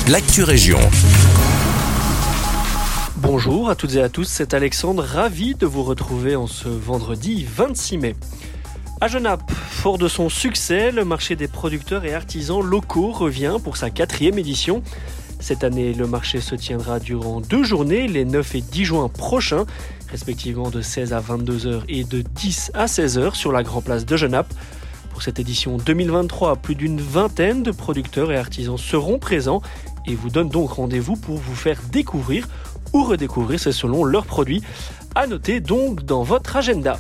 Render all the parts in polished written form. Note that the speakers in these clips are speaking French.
l'actu région. Bonjour à toutes et à tous, c'est Alexandre, ravi de vous retrouver en ce vendredi 26 mai. À Genappe, fort de son succès, le marché des producteurs et artisans locaux revient pour sa 4e édition. Cette année, le marché se tiendra durant 2 journées, les 9 et 10 juin prochains, respectivement de 16 à 22h et de 10 à 16h sur la Grand Place de Genappe. Pour cette édition 2023, plus d'une vingtaine de producteurs et artisans seront présents et vous donnent donc rendez-vous pour vous faire découvrir ou redécouvrir, c'est selon leurs produits. À noter donc dans votre agenda.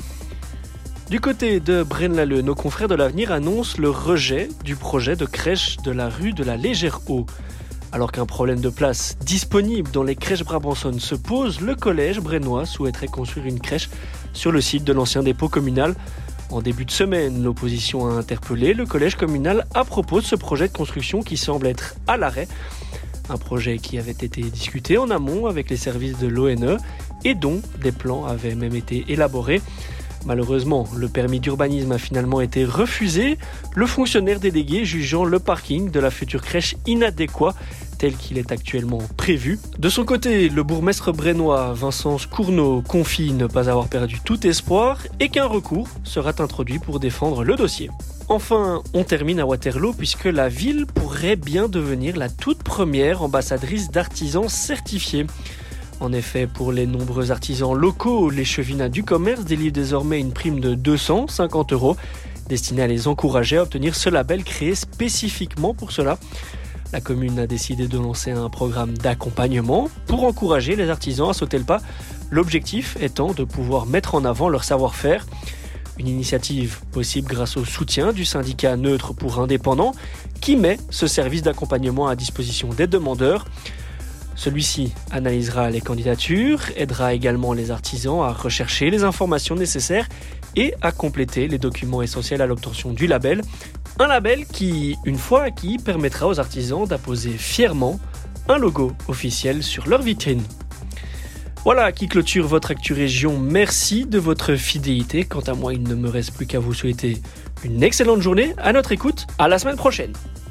Du côté de Braine-l'Alleud, nos confrères de l'Avenir annoncent le rejet du projet de crèche de la rue de la Légère Eau. Alors qu'un problème de place disponible dans les crèches brabançonnes se pose, le collège brennois souhaiterait construire une crèche sur le site de l'ancien dépôt communal. En début de semaine, l'opposition a interpellé le collège communal à propos de ce projet de construction qui semble être à l'arrêt. Un projet qui avait été discuté en amont avec les services de l'ONE et dont des plans avaient même été élaborés. Malheureusement, le permis d'urbanisme a finalement été refusé, le fonctionnaire délégué jugeant le parking de la future crèche inadéquat tel qu'il est actuellement prévu. De son côté, le bourgmestre brennois Vincent Cournot confie ne pas avoir perdu tout espoir et qu'un recours sera introduit pour défendre le dossier. Enfin, on termine à Waterloo puisque la ville pourrait bien devenir la toute première ambassadrice d'artisans certifiés. En effet, pour les nombreux artisans locaux, les chevinats du commerce délivrent désormais une prime de 250 € destinée à les encourager à obtenir ce label créé spécifiquement pour cela. La commune a décidé de lancer un programme d'accompagnement pour encourager les artisans à sauter le pas, l'objectif étant de pouvoir mettre en avant leur savoir-faire. Une initiative possible grâce au soutien du syndicat neutre pour indépendants qui met ce service d'accompagnement à disposition des demandeurs. Celui-ci analysera les candidatures, aidera également les artisans à rechercher les informations nécessaires et à compléter les documents essentiels à l'obtention du label. Un label qui, une fois acquis, permettra aux artisans d'apposer fièrement un logo officiel sur leur vitrine. Voilà qui clôture votre Actu Région. Merci de votre fidélité. Quant à moi, il ne me reste plus qu'à vous souhaiter une excellente journée. À notre écoute, à la semaine prochaine.